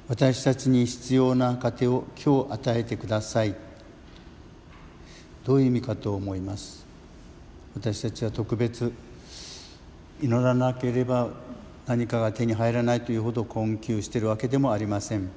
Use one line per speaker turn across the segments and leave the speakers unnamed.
私たちに必要な糧を今日与えてください。どういう意味かと思います。私たちは特別祈らなければ何かが手に入らないというほど困窮しているわけでもありません。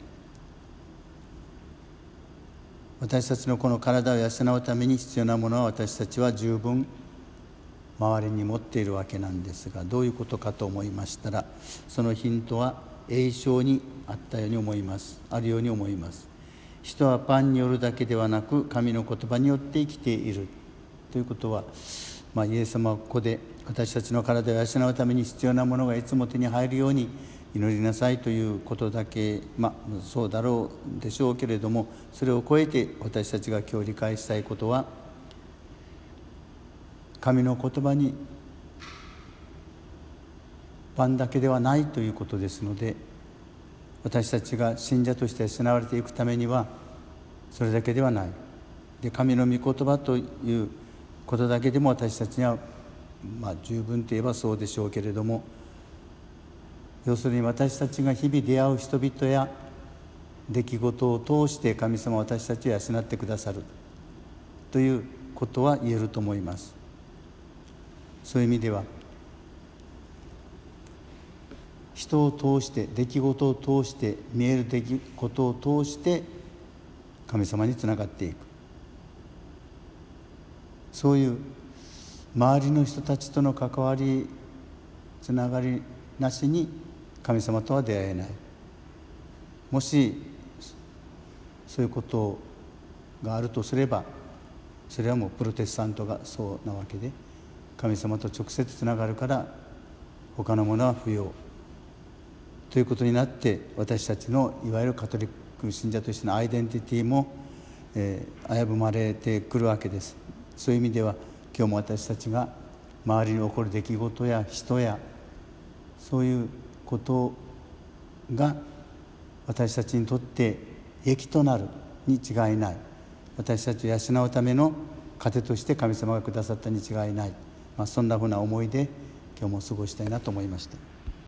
私たちのこの体を養うために必要なものは私たちは十分周りに持っているわけなんですが、どういうことかと思いましたら、そのヒントは栄唱にあったように思います。あるように思います。人はパンによるだけではなく神の言葉によって生きているということは、イエス様はここで私たちの体を養うために必要なものがいつも手に入るように祈りなさいということだけ、そうだろうでしょうけれども、それを超えて私たちが今日理解したいことは、神の言葉にパンだけではないということですので、私たちが信者として養われていくためにはそれだけではない。で、神の御言葉ということだけでも私たちには十分といえばそうでしょうけれども、要するに私たちが日々出会う人々や出来事を通して神様は私たちを養ってくださるということは言えると思います。そういう意味では人を通して、出来事を通して、見える出来事を通して神様につながっていく、そういう周りの人たちとの関わり、つながりなしに神様とは出会えない。もしそういうことがあるとすれば、それはもうプロテスタントがそうなわけで、神様と直接つながるから他のものは不要ということになって、私たちのいわゆるカトリック信者としてのアイデンティティも、危ぶまれてくるわけです。そういう意味では今日も私たちが周りに起こる出来事や人やそういうことが私たちにとって益となるに違いない。私たちを養うための糧として神様がくださったに違いない。そんなふうな思いで今日も過ごしたいなと思いました。